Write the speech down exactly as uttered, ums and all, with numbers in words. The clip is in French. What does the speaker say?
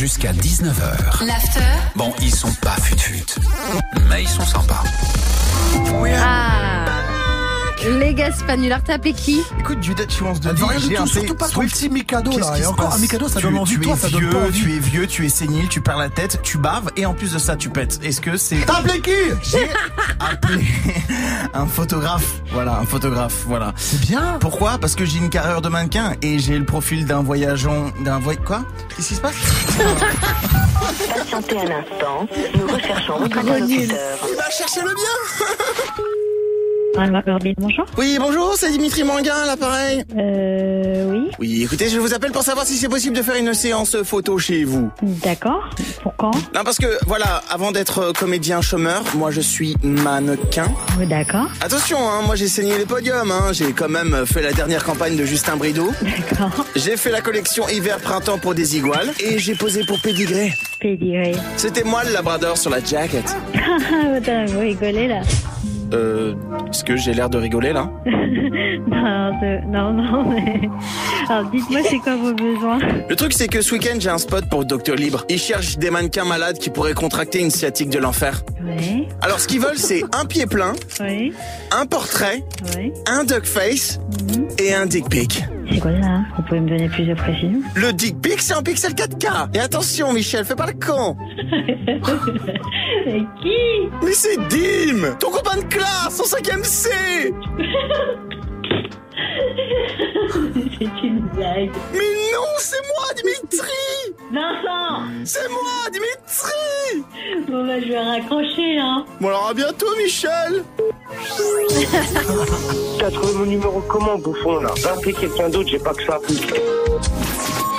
Jusqu'à dix-neuf heures. L'after. Bon, ils sont pas fut-fut, mais ils sont sympas. Ah, les Gaspanulars, t'as appelé qui? Écoute, Judith, tu penses de Elle veut rien du j'ai tout, appelé surtout pas ton Swift. petit Mikado Qu'est-ce là. qui Et se encore passe un Mikado, ça tu, donne envie. tu Toi, es ça donne vieux, pas envie. tu es vieux, tu es sénile, tu perds la tête, tu baves et en plus de ça, tu pètes. Est-ce que c'est... T'as appelé qui? J'ai appelé un photographe. Voilà, un photographe, voilà. C'est bien. Pourquoi? Parce que j'ai une carrière de mannequin et j'ai le profil d'un voyageant... D'un voy... Quoi? Qu'est-ce qui se passe? Patientez un instant, nous recherchons votre Gros nul. interlocuteur. Il va chercher le bien. Bonjour. Oui, bonjour, c'est Dimitri Manguin, à l'appareil. Euh, oui. Oui, écoutez, je vous appelle pour savoir si c'est possible de faire une séance photo chez vous. D'accord. Pour quand? Non, parce que, voilà, avant d'être comédien chômeur, moi je suis mannequin. Oui, d'accord. Attention, hein, moi j'ai saigné les podiums, hein. J'ai quand même fait la dernière campagne de Justin Brideau. D'accord. J'ai fait la collection hiver-printemps pour des iguales et j'ai posé pour Pédigré. Pédigré. C'était moi le labrador sur la jacket. Attends, vous rigolez là? Euh, est-ce que j'ai l'air de rigoler là? non, c'est- non, non, mais... Alors, dites-moi, c'est quoi vos besoins? Le truc c'est que ce week-end j'ai un spot pour Docteur Libre. Ils cherchent des mannequins malades qui pourraient contracter une sciatique de l'enfer. Oui, Alors ce qu'ils veulent c'est un pied plein, oui, un portrait, oui. un duck face Mhm. et un dick pic. C'est quoi ça, hein? Vous pouvez me donner plus de précision? Le dick pic c'est en pixel quatre K. Et attention Michel, fais pas le con. C'est qui? Mais c'est Dim, ton copain de classe, en cinquième C. C'est une blague. Mais non, c'est moi Dimitri. Vincent! C'est moi Dimitri. Bon bah je vais raccrocher là. Bon alors à bientôt Michel. T'as trouvé mon numéro comment, bouffon, là? Va appeler quelqu'un d'autre, j'ai pas que ça.